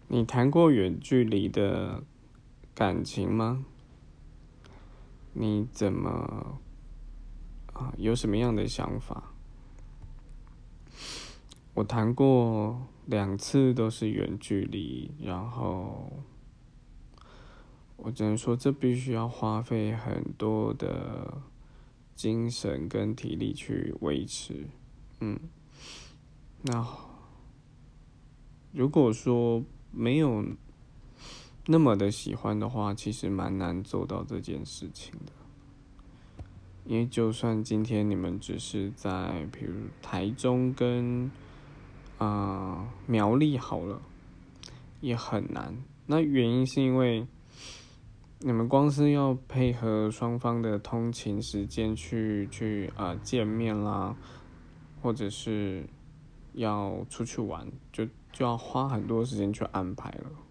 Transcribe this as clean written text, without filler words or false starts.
你谈过远距离的感情吗？你怎么有什么样的想法？我谈过2次都是远距离，然后我只能说这必须要花费很多的精神跟体力去维持。那如果说没有那么的喜欢的话，其实蛮难做到这件事情的。因为就算今天你们只是在比如台中跟苗栗好了，也很难。那原因是因为你们光是要配合双方的通勤时间去见面啦，或者是要出去玩，就要花很多时间去安排了。